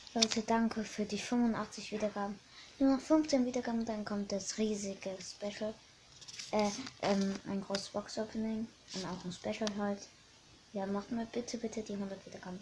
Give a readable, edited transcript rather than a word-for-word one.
Leute, danke für die 85 Wiedergaben. Nur noch 15 Wiedergaben, dann kommt das riesige Special. Ein großes Box-Opening und auch ein Special halt. Ja, macht mir bitte die 100 Wiedergaben